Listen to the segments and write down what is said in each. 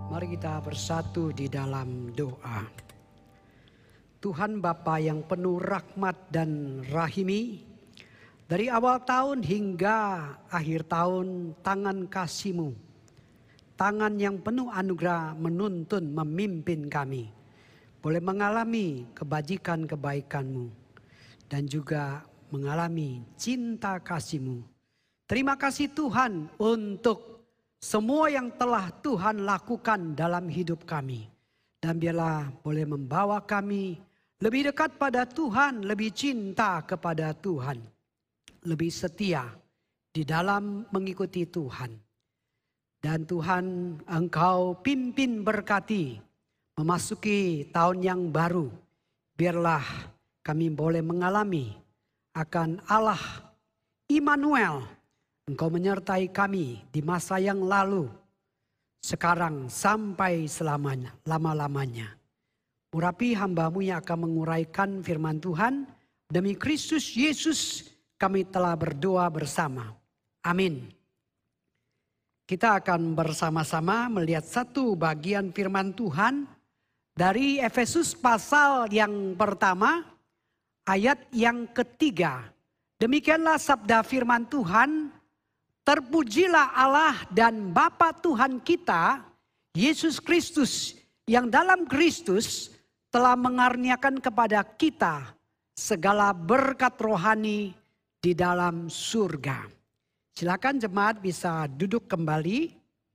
Mari kita bersatu di dalam doa. Tuhan Bapa yang penuh rahmat dan rahimi, dari awal tahun hingga akhir tahun tangan kasih-Mu, tangan yang penuh anugerah menuntun memimpin kami. Boleh mengalami kebajikan kebaikan-Mu dan juga mengalami cinta kasih-Mu. Terima kasih Tuhan untuk semua yang telah Tuhan lakukan dalam hidup kami. Dan biarlah boleh membawa kami lebih dekat pada Tuhan, lebih cinta kepada Tuhan, lebih setia di dalam mengikuti Tuhan. Dan Tuhan, Engkau pimpin berkati memasuki tahun yang baru. Biarlah kami boleh mengalami akan Allah Immanuel. Engkau menyertai kami di masa yang lalu, sekarang sampai selamanya, lama-lamanya. Urapi hamba-Mu yang akan menguraikan firman Tuhan. Demi Kristus Yesus kami telah berdoa bersama. Amin. Kita akan bersama-sama melihat satu bagian firman Tuhan dari Efesus pasal yang pertama, ayat yang ketiga. Demikianlah sabda firman Tuhan. Terpujilah Allah dan Bapa Tuhan kita, Yesus Kristus, yang dalam Kristus telah mengaruniakan kepada kita segala berkat rohani di dalam surga. Silakan jemaat bisa duduk kembali.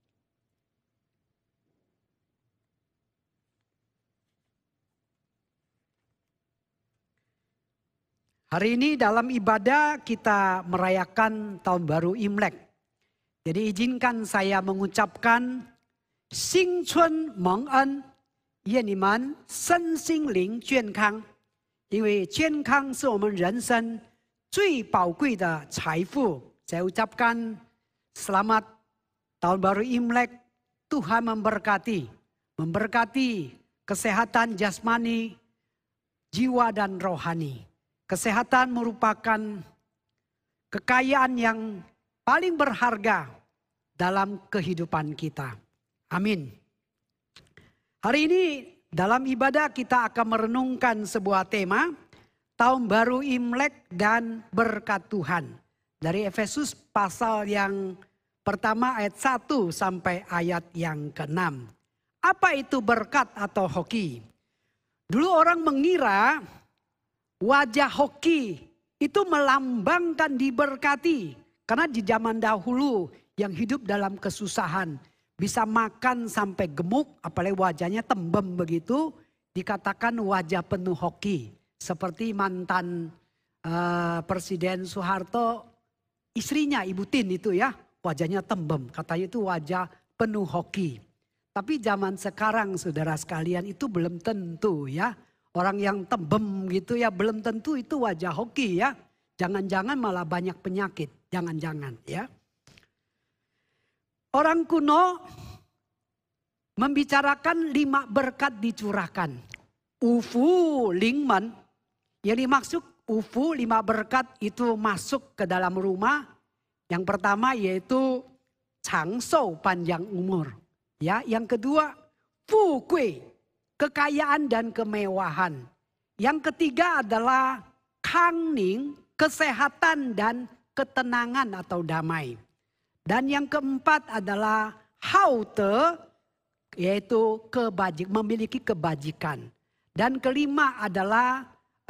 Hari ini dalam ibadah kita merayakan tahun baru Imlek. Jadi izinkan saya mengucapkan Xing Chun Meng En, 愿你们身心灵健康，因为健康是我们人生最宝贵的财富。Saya ucapkan selamat tahun baru Imlek. Tuhan memberkati kesehatan jasmani, jiwa dan rohani. Kesehatan merupakan kekayaan yang paling berharga dalam kehidupan kita. Amin. Hari ini dalam ibadah kita akan merenungkan sebuah tema, Tahun Baru Imlek dan Berkat Tuhan. Dari Efesus pasal yang pertama ayat 1 sampai ayat yang ke-6. Apa itu berkat atau hoki? Dulu orang mengira wajah hoki itu melambangkan diberkati. Karena di zaman dahulu yang hidup dalam kesusahan, bisa makan sampai gemuk, apalagi wajahnya tembem begitu, dikatakan wajah penuh hoki. Seperti mantan Presiden Soeharto, istrinya Ibu Tin itu ya, wajahnya tembem, katanya itu wajah penuh hoki. Tapi zaman sekarang saudara sekalian itu belum tentu ya. Orang yang tembem gitu ya belum tentu itu wajah hoki ya. Jangan-jangan malah banyak penyakit. Jangan-jangan ya. Orang kuno membicarakan 5 berkat dicurahkan. Ufu lingmen. Yang dimaksud ufu 5 berkat itu masuk ke dalam rumah. Yang pertama yaitu changshou, panjang umur. Ya, yang kedua fu gui, kekayaan dan kemewahan. Yang ketiga adalah kang ning, kesehatan dan ketenangan atau damai. Dan yang keempat adalah haute, yaitu memiliki kebajikan. Dan kelima adalah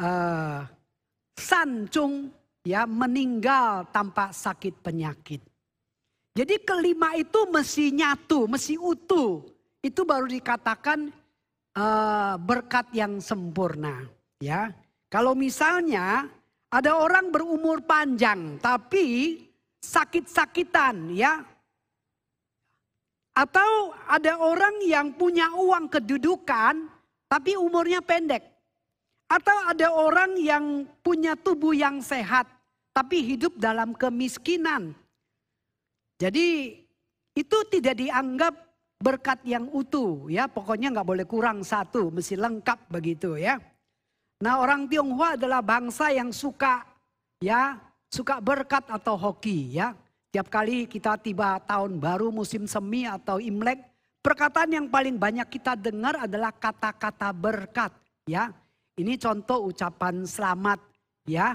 sanjung, ya, meninggal tanpa sakit penyakit. Jadi kelima itu mesti nyatu, mesti utuh. Itu baru dikatakan berkat yang sempurna. Ya, kalau misalnya ada orang berumur panjang tapi sakit-sakitan ya. Atau ada orang yang punya uang kedudukan tapi umurnya pendek. Atau ada orang yang punya tubuh yang sehat tapi hidup dalam kemiskinan. Jadi itu tidak dianggap berkat yang utuh ya. Pokoknya nggak boleh kurang satu, mesti lengkap begitu ya. Nah, orang Tionghoa adalah bangsa yang suka berkat atau hoki ya. Tiap kali kita tiba tahun baru musim semi atau Imlek, Perkataan yang paling banyak kita dengar adalah kata-kata berkat, ya. Ini contoh ucapan selamat, ya.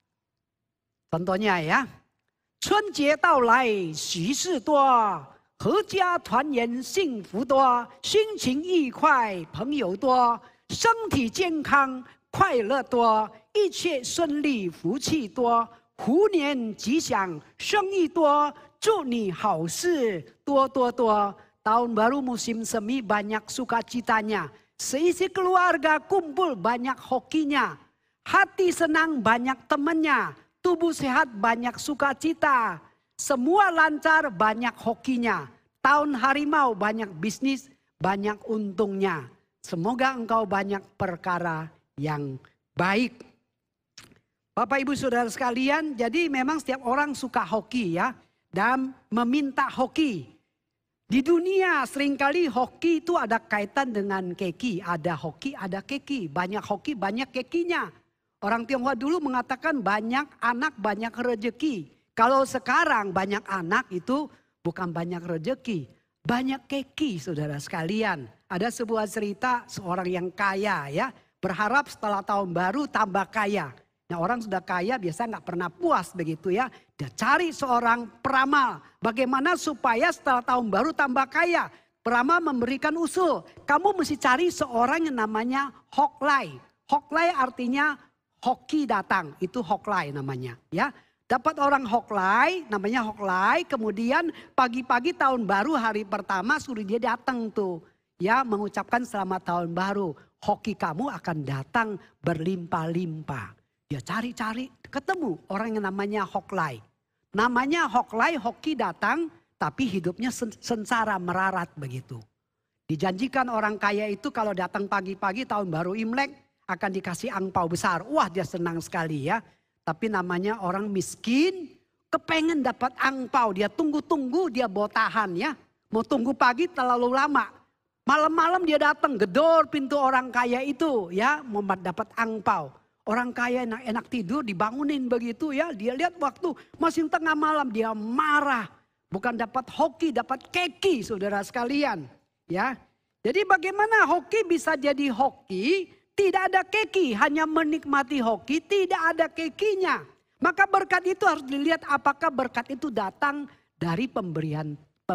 Contohnya ya. 春节到来喜事多，阖家团圆幸福多，心情愉快朋友多，身体健康快乐多，一切顺利福气多，虎年吉祥生意多，祝你好事多多多。 Tahun baru musim semi banyak sukacitanya. Seisi keluarga kumpul banyak hokinya. Hati senang banyak temannya. Tubuh sehat banyak sukacita. Semua lancar banyak hokinya. Tahun harimau banyak bisnis banyak untungnya. Semoga engkau banyak perkara yang baik. Bapak ibu saudara sekalian, jadi memang setiap orang suka hoki ya. Dan meminta hoki. Di dunia seringkali hoki itu ada kaitan dengan keki. Ada hoki, ada keki. Banyak hoki, banyak kekinya. Orang Tionghoa dulu mengatakan banyak anak, banyak rezeki. Kalau sekarang banyak anak itu bukan banyak rezeki. Banyak keki saudara sekalian. Ada sebuah cerita seorang yang kaya ya. Berharap setelah tahun baru tambah kaya. Nah orang sudah kaya biasa nggak pernah puas begitu ya. Dia cari seorang peramal. Bagaimana supaya setelah tahun baru tambah kaya. Peramal memberikan usul. Kamu mesti cari seorang yang namanya Hoklai. Hoklai artinya hoki datang. Itu Hoklai namanya ya. Dapat orang Hoklai, namanya Hoklai. Kemudian pagi-pagi tahun baru hari pertama suruh dia datang tuh. Ya mengucapkan selamat tahun baru. Hoki kamu akan datang berlimpah-limpah. Dia cari-cari, ketemu orang yang namanya Hoklai. Namanya Hoklai, hoki datang, tapi hidupnya sengsara, merarat begitu. Dijanjikan orang kaya itu kalau datang pagi-pagi tahun baru Imlek akan dikasih angpau besar. Wah dia senang sekali ya. Tapi namanya orang miskin, kepengen dapat angpau. Dia tunggu-tunggu, dia botahan ya. Mau tunggu pagi terlalu lama. Malam-malam dia datang, gedor pintu orang kaya itu ya, mau dapat angpau. Orang kaya enak-enak tidur dibangunin begitu ya. Dia lihat waktu masih tengah malam dia marah. Bukan dapat hoki, dapat keki saudara sekalian. Ya. Jadi bagaimana hoki bisa jadi hoki? Tidak ada keki, hanya menikmati hoki, tidak ada kekinya. Maka berkat itu harus dilihat apakah berkat itu datang dari pemberian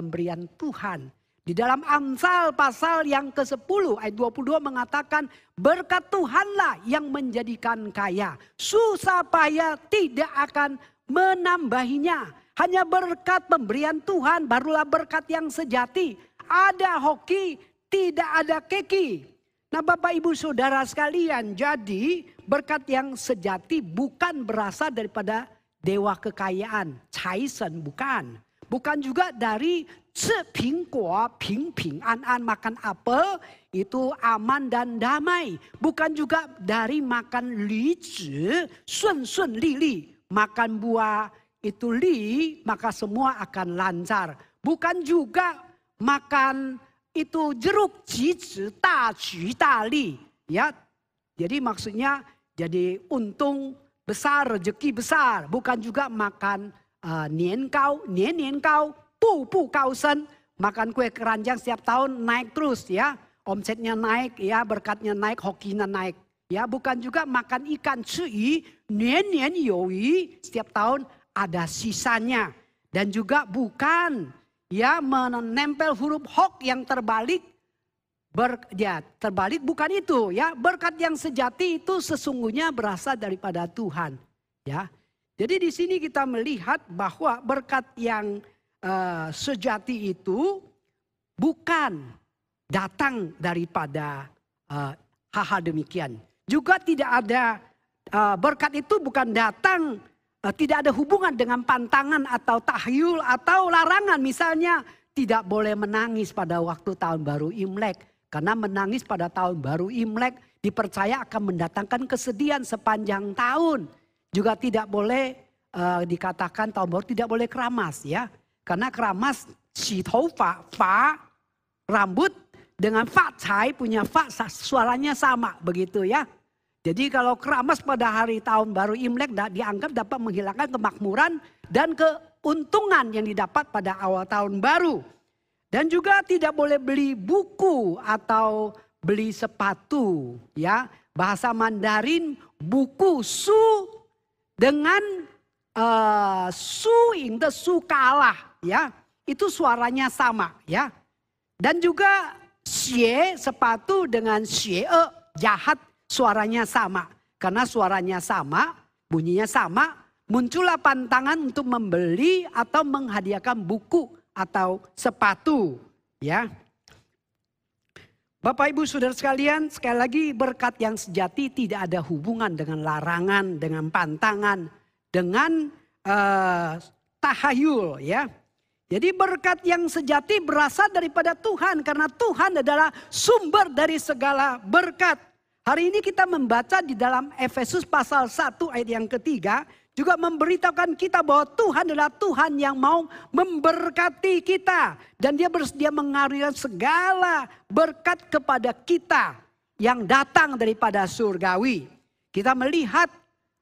Tuhan. Di dalam Amsal pasal yang ke-10 ayat 22 mengatakan berkat Tuhanlah yang menjadikan kaya. Susah payah tidak akan menambahinya. Hanya berkat pemberian Tuhan barulah berkat yang sejati. Ada hoki, tidak ada keki. Nah Bapak Ibu Saudara sekalian, jadi berkat yang sejati bukan berasal daripada dewa kekayaan. Caisen bukan. Bukan juga dari ping an makan apel itu aman dan damai. Bukan juga dari makan li zi sun li li. Makan buah itu li maka semua akan lancar. Bukan juga makan itu jeruk ji zi da qu da li. Ya, jadi maksudnya jadi untung besar, rezeki besar. Bukan juga makan nian kau, pu kau sen. Makan kue keranjang setiap tahun naik terus ya. Omsetnya naik ya, berkatnya naik, hokinya naik. Ya, bukan juga makan ikan cui, nian yoi, setiap tahun ada sisanya. Dan juga bukan ya menempel huruf hok yang terbalik. Terbalik bukan itu ya. Berkat yang sejati itu sesungguhnya berasal daripada Tuhan. Ya. Jadi di sini kita melihat bahwa berkat yang sejati itu bukan datang daripada hal-hal demikian. Juga tidak ada berkat itu bukan datang, tidak ada hubungan dengan pantangan atau tahyul atau larangan. Misalnya tidak boleh menangis pada waktu tahun baru Imlek. Karena menangis pada tahun baru Imlek dipercaya akan mendatangkan kesedihan sepanjang tahun. Juga tidak boleh dikatakan tahun baru tidak boleh keramas ya. Karena keramas si fa rambut dengan fa cai punya fa suaranya sama begitu ya. Jadi kalau keramas pada hari tahun baru Imlek dianggap dapat menghilangkan kemakmuran dan keuntungan yang didapat pada awal tahun baru. Dan juga tidak boleh beli buku atau beli sepatu, ya. Bahasa Mandarin buku su dengan suing de su kalah, ya. Itu suaranya sama, ya. Dan juga xie sepatu dengan xie jahat suaranya sama. Karena suaranya sama, bunyinya sama, muncullah pantangan untuk membeli atau menghadiahkan buku atau sepatu, ya. Bapak Ibu Saudara sekalian, sekali lagi berkat yang sejati tidak ada hubungan dengan larangan, dengan pantangan, dengan tahayul, ya. Jadi berkat yang sejati berasal daripada Tuhan karena Tuhan adalah sumber dari segala berkat. Hari ini kita membaca di dalam Efesus pasal 1 ayat yang ketiga. Juga memberitahukan kita bahwa Tuhan adalah Tuhan yang mau memberkati kita. Dan dia bersedia mengaruniakan segala berkat kepada kita yang datang daripada surgawi. Kita melihat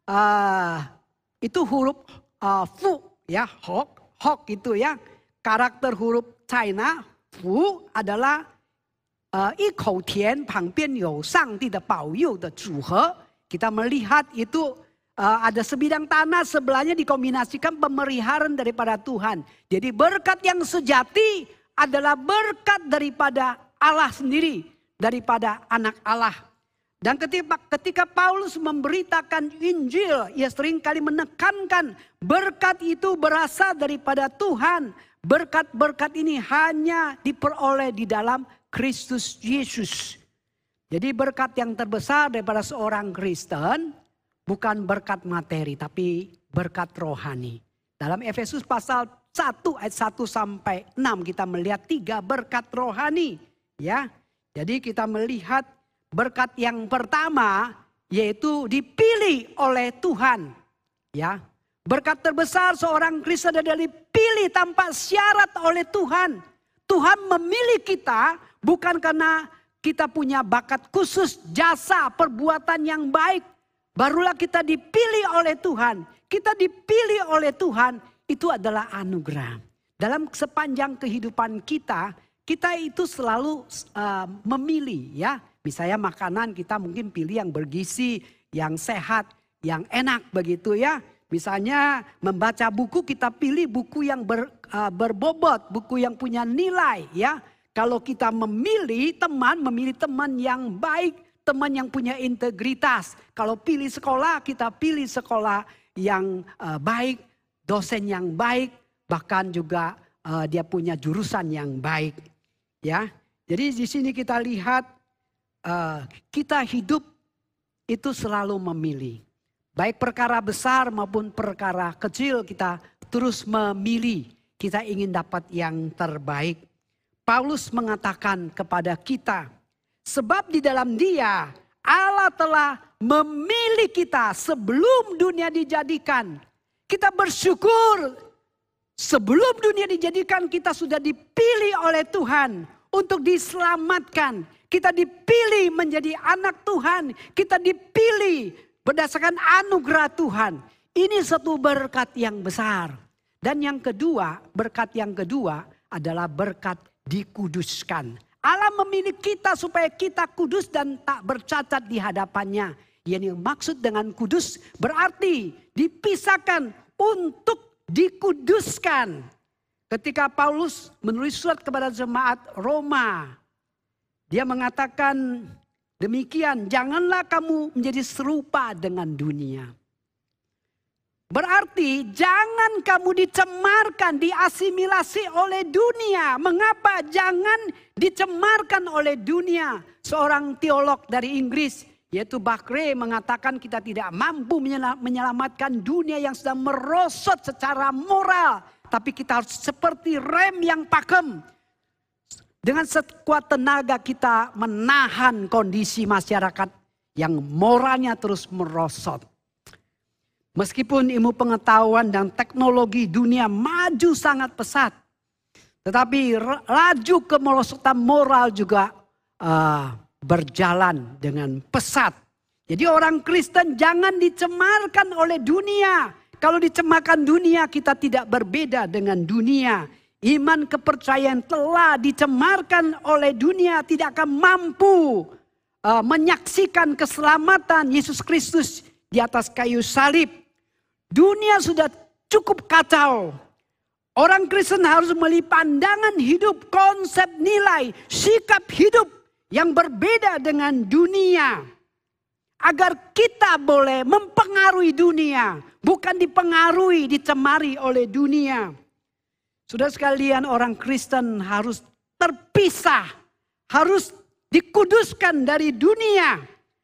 itu huruf fu, ya, hok itu ya. Karakter huruf China, fu adalah 一口田旁边有上帝的保佑的组合. Kita melihat itu ada sebidang tanah sebelahnya dikombinasikan pemeliharaan daripada Tuhan. Jadi berkat yang sejati adalah berkat daripada Allah sendiri. Daripada anak Allah. Dan ketika Paulus memberitakan Injil, ia seringkali menekankan berkat itu berasal daripada Tuhan. Berkat-berkat ini hanya diperoleh di dalam Kristus Yesus. Jadi berkat yang terbesar daripada seorang Kristen bukan berkat materi, tapi berkat rohani. Dalam Efesus pasal 1 ayat 1 sampai 6 kita melihat 3 berkat rohani. Ya, jadi kita melihat berkat yang pertama yaitu dipilih oleh Tuhan. Ya, berkat terbesar seorang Kristen adalah dipilih tanpa syarat oleh Tuhan. Tuhan memilih kita bukan karena kita punya bakat khusus, jasa, perbuatan yang baik. Barulah kita dipilih oleh Tuhan. Kita dipilih oleh Tuhan itu adalah anugerah. Dalam sepanjang kehidupan kita, kita itu selalu memilih ya. Misalnya makanan kita mungkin pilih yang bergizi, yang sehat, yang enak begitu ya. Misalnya membaca buku kita pilih buku yang berbobot, buku yang punya nilai ya. Kalau kita memilih teman yang baik. Teman yang punya integritas. Kalau pilih sekolah, kita pilih sekolah yang baik, dosen yang baik, bahkan juga dia punya jurusan yang baik. Ya, jadi di sini kita lihat kita hidup itu selalu memilih. Baik perkara besar maupun perkara kecil kita terus memilih. Kita ingin dapat yang terbaik. Paulus mengatakan kepada kita, sebab di dalam Dia Allah telah memilih kita sebelum dunia dijadikan. Kita bersyukur sebelum dunia dijadikan kita sudah dipilih oleh Tuhan untuk diselamatkan. Kita dipilih menjadi anak Tuhan. Kita dipilih berdasarkan anugerah Tuhan. Ini satu berkat yang besar. Dan yang kedua, berkat yang kedua adalah berkat dikuduskan. Allah memilih kita supaya kita kudus dan tak bercacat di hadapannya. Yang maksud dengan kudus berarti dipisahkan untuk dikuduskan. Ketika Paulus menulis surat kepada jemaat Roma, dia mengatakan demikian, janganlah kamu menjadi serupa dengan dunia. Berarti jangan kamu dicemarkan, diasimilasi oleh dunia. Mengapa jangan dicemarkan oleh dunia? Seorang teolog dari Inggris yaitu Bakre mengatakan kita tidak mampu menyelamatkan dunia yang sedang merosot secara moral. Tapi kita harus seperti rem yang pakem. Dengan sekuat tenaga kita menahan kondisi masyarakat yang moralnya terus merosot. Meskipun ilmu pengetahuan dan teknologi dunia maju sangat pesat. Tetapi laju kemerosotan moral juga berjalan dengan pesat. Jadi orang Kristen jangan dicemarkan oleh dunia. Kalau dicemarkan dunia kita tidak berbeda dengan dunia. iman kepercayaan telah dicemarkan oleh dunia tidak akan mampu menyaksikan keselamatan Yesus Kristus di atas kayu salib. Dunia sudah cukup kacau. Orang Kristen harus memiliki pandangan hidup, konsep nilai, sikap hidup yang berbeda dengan dunia. Agar kita boleh mempengaruhi dunia, bukan dipengaruhi, dicemari oleh dunia. Saudara sekalian, orang Kristen harus terpisah, harus dikuduskan dari dunia.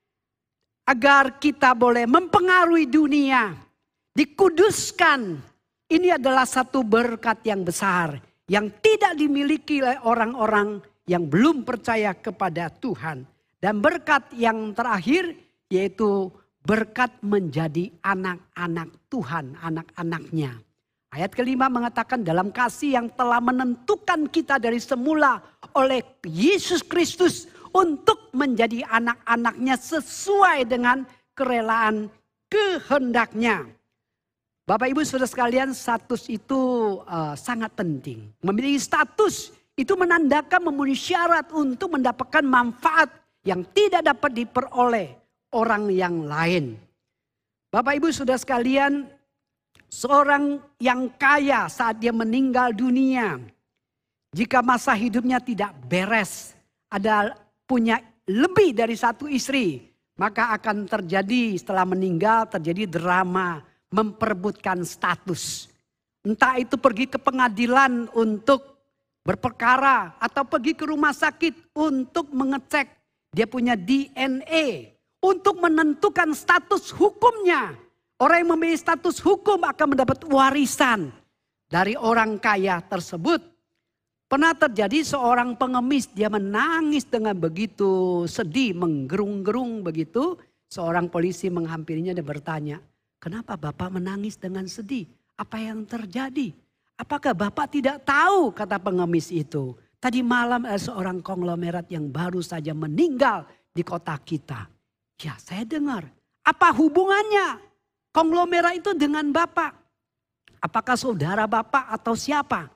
Agar kita boleh mempengaruhi dunia, dikuduskan. Ini adalah satu berkat yang besar yang tidak dimiliki oleh orang-orang yang belum percaya kepada Tuhan. Dan berkat yang terakhir yaitu berkat menjadi anak-anak Tuhan, anak-anaknya. Ayat kelima mengatakan dalam kasih yang telah menentukan kita dari semula oleh Yesus Kristus untuk menjadi anak-anaknya sesuai dengan kerelaan kehendaknya. Bapak Ibu Saudara sekalian, status itu sangat penting. Memiliki status itu menandakan memenuhi syarat untuk mendapatkan manfaat yang tidak dapat diperoleh orang yang lain. Bapak Ibu Saudara sekalian, seorang yang kaya saat dia meninggal dunia, jika masa hidupnya tidak beres, ada punya lebih dari satu istri, maka akan terjadi setelah meninggal terjadi drama memperebutkan status. Entah itu pergi ke pengadilan untuk berperkara atau pergi ke rumah sakit untuk mengecek dia punya DNA untuk menentukan status hukumnya. Orang yang memiliki status hukum akan mendapat warisan dari orang kaya tersebut. Pernah terjadi seorang pengemis, dia menangis dengan begitu sedih, menggerung-gerung begitu. Seorang polisi menghampirinya dan bertanya, "Kenapa Bapak menangis dengan sedih? Apa yang terjadi? Apakah Bapak tidak tahu?" Kata pengemis itu. "Tadi malam ada seorang konglomerat yang baru saja meninggal di kota kita." "Ya, saya dengar." "Apa hubungannya konglomerat itu dengan Bapak? Apakah saudara Bapak atau siapa?"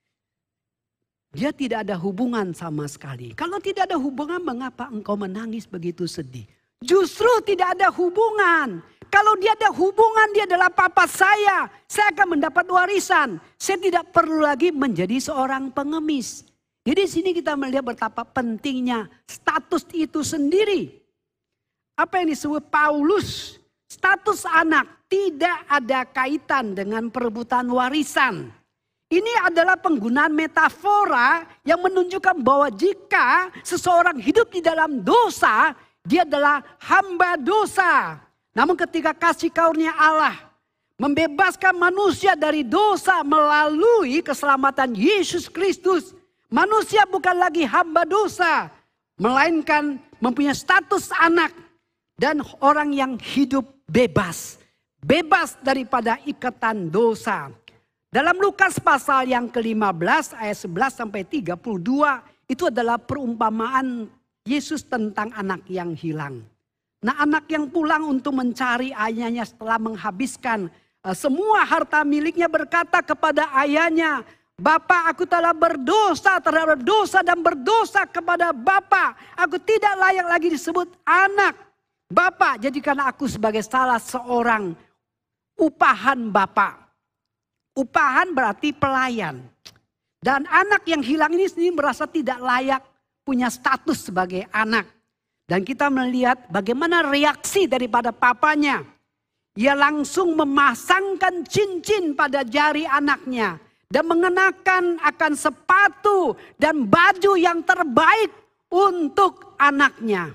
"Dia tidak ada hubungan sama sekali." "Kalau tidak ada hubungan, mengapa engkau menangis begitu sedih?" "Justru tidak ada hubungan. Kalau dia ada hubungan, dia adalah papa saya. Saya akan mendapat warisan. Saya tidak perlu lagi menjadi seorang pengemis." Jadi di sini kita melihat betapa pentingnya status itu sendiri. Apa yang disebut Paulus, status anak tidak ada kaitan dengan perebutan warisan. Ini adalah penggunaan metafora yang menunjukkan bahwa jika seseorang hidup di dalam dosa, dia adalah hamba dosa. Namun ketika kasih karunia Allah membebaskan manusia dari dosa melalui keselamatan Yesus Kristus, manusia bukan lagi hamba dosa, melainkan mempunyai status anak dan orang yang hidup bebas. Bebas daripada ikatan dosa. Dalam Lukas pasal yang ke-15 ayat 11 sampai 32 itu adalah perumpamaan Yesus tentang anak yang hilang. Nah, anak yang pulang untuk mencari ayahnya setelah menghabiskan semua harta miliknya berkata kepada ayahnya, "Bapak, aku telah berdosa terhadap dosa dan berdosa kepada Bapak. Aku tidak layak lagi disebut anak. Bapak, jadikan aku sebagai salah seorang upahan Bapak." Upahan berarti pelayan. Dan anak yang hilang ini sendiri merasa tidak layak punya status sebagai anak. Dan kita melihat bagaimana reaksi daripada papanya. Ia langsung memasangkan cincin pada jari anaknya. Dan mengenakan akan sepatu dan baju yang terbaik untuk anaknya.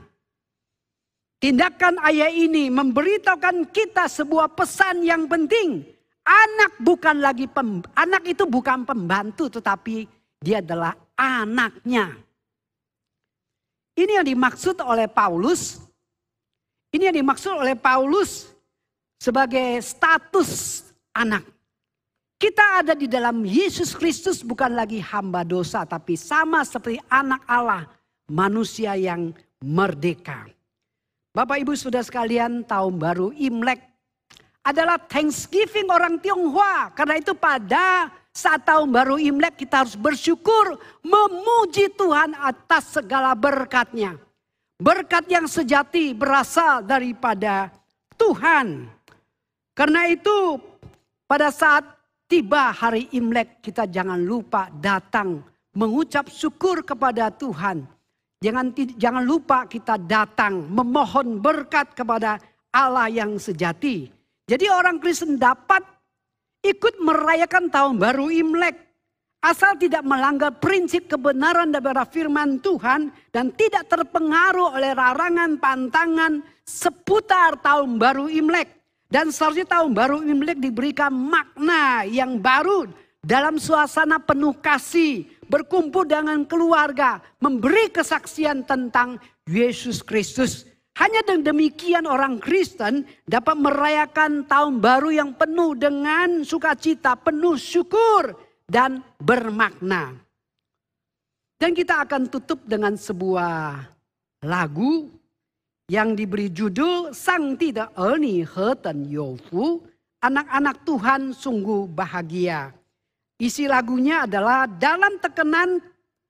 Tindakan ayah ini memberitahukan kita sebuah pesan yang penting. Anak itu bukan pembantu, tetapi dia adalah anaknya. Ini yang dimaksud oleh Paulus. Ini yang dimaksud oleh Paulus sebagai status anak. Kita ada di dalam Yesus Kristus bukan lagi hamba dosa, tapi sama seperti anak Allah, manusia yang merdeka. Bapak Ibu Saudara sekalian, tahun baru Imlek adalah Thanksgiving orang Tionghoa. Karena itu pada saat tahun baru Imlek kita harus bersyukur, memuji Tuhan atas segala berkat-Nya. Berkat yang sejati berasal daripada Tuhan. Karena itu pada saat tiba hari Imlek kita jangan lupa datang mengucap syukur kepada Tuhan. Jangan lupa kita datang memohon berkat kepada Allah yang sejati. Jadi orang Kristen dapat ikut merayakan tahun baru Imlek. Asal tidak melanggar prinsip kebenaran daripada firman Tuhan. Dan tidak terpengaruh oleh larangan pantangan seputar tahun baru Imlek. Dan seharusnya tahun baru Imlek diberikan makna yang baru. Dalam suasana penuh kasih. Berkumpul dengan keluarga. Memberi kesaksian tentang Yesus Kristus. Hanya dengan demikian orang Kristen dapat merayakan tahun baru yang penuh dengan sukacita, penuh syukur dan bermakna. Dan kita akan tutup dengan sebuah lagu yang diberi judul Sang Tidak Erni Heten Yofu, anak-anak Tuhan sungguh bahagia. Isi lagunya adalah dalam tekanan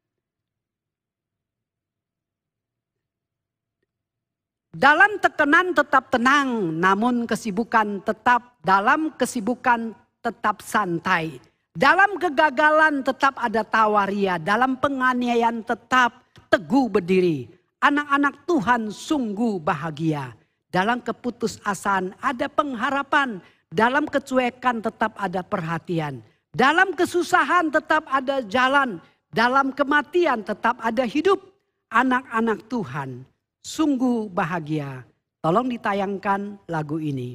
tetap tenang, namun dalam kesibukan tetap santai. Dalam kegagalan tetap ada tawaria, dalam penganiayaan tetap teguh berdiri. Anak-anak Tuhan sungguh bahagia. Dalam keputusasaan ada pengharapan, dalam kecuekan tetap ada perhatian. Dalam kesusahan tetap ada jalan, dalam kematian tetap ada hidup. Anak-anak Tuhan sungguh bahagia. Tolong ditayangkan lagu ini.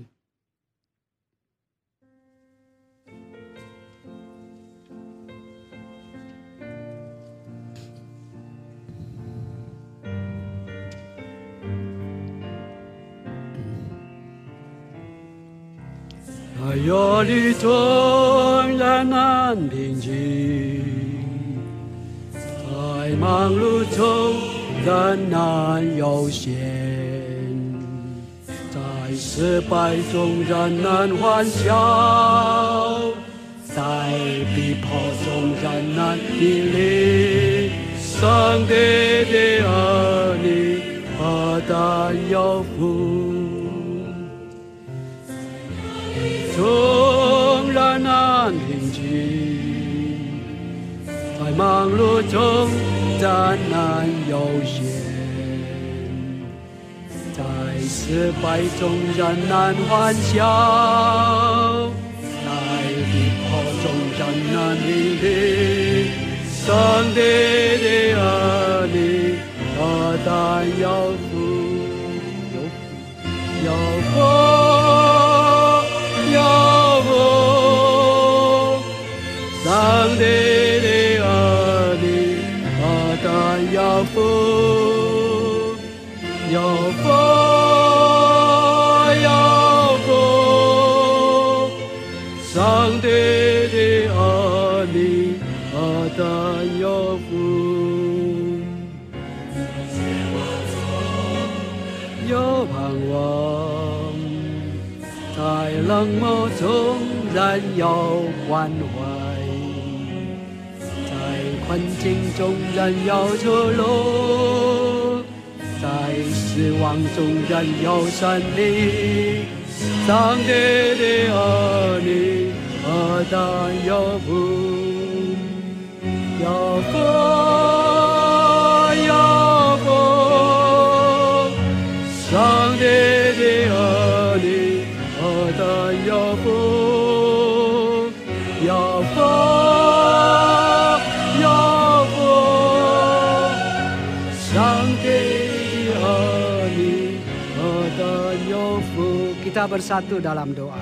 在夜里中仍然平静，在忙碌中仍然悠闲，在失败中仍然欢笑，在逼迫中仍然屹立。上帝的儿女何等有福！中仍然平静，在忙碌中仍然悠闲，在失败中仍然欢笑，在逼迫中仍然屹立。上帝的儿女何等有福，有福。有福，上帝的儿女何等有福，有福，有福，上帝的儿女何等有福，有盼望。在冷漠中仍有关怀，在困境中仍有出路，在失望中仍有胜利。上帝的儿女何等有福，有福，有福，上帝的儿女。何等有福，有福，有福，上帝的儿女何等有福。 Kita bersatu dalam doa.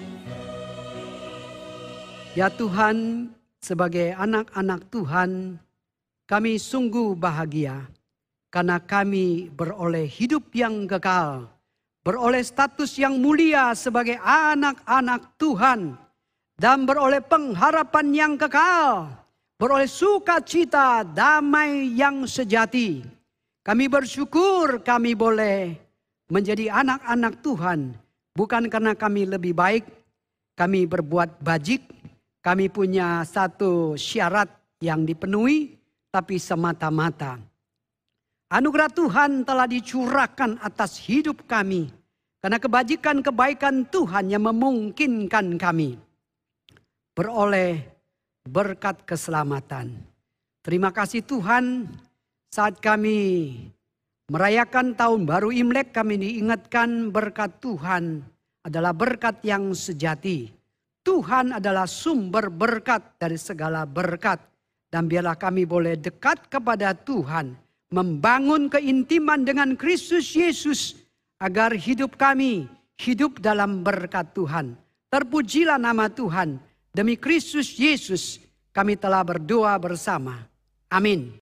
Ya Tuhan, sebagai anak-anak Tuhan, kami sungguh bahagia karena kami beroleh hidup yang kekal. Beroleh status yang mulia sebagai anak-anak Tuhan. Dan beroleh pengharapan yang kekal. Beroleh sukacita damai yang sejati. Kami bersyukur kami boleh menjadi anak-anak Tuhan. Bukan karena kami lebih baik, kami berbuat bajik, Kami punya satu syarat yang dipenuhi, tapi semata-mata anugerah Tuhan telah dicurahkan atas hidup kami. Karena kebajikan-kebaikan Tuhan yang memungkinkan kami beroleh berkat keselamatan. Terima kasih Tuhan, saat kami merayakan tahun baru Imlek, kami diingatkan berkat Tuhan adalah berkat yang sejati. Tuhan adalah sumber berkat dari segala berkat. Dan biarlah kami boleh dekat kepada Tuhan, membangun keintiman dengan Kristus Yesus, agar hidup kami hidup dalam berkat Tuhan. Terpujilah nama Tuhan. Demi Kristus Yesus kami telah berdoa bersama. Amin.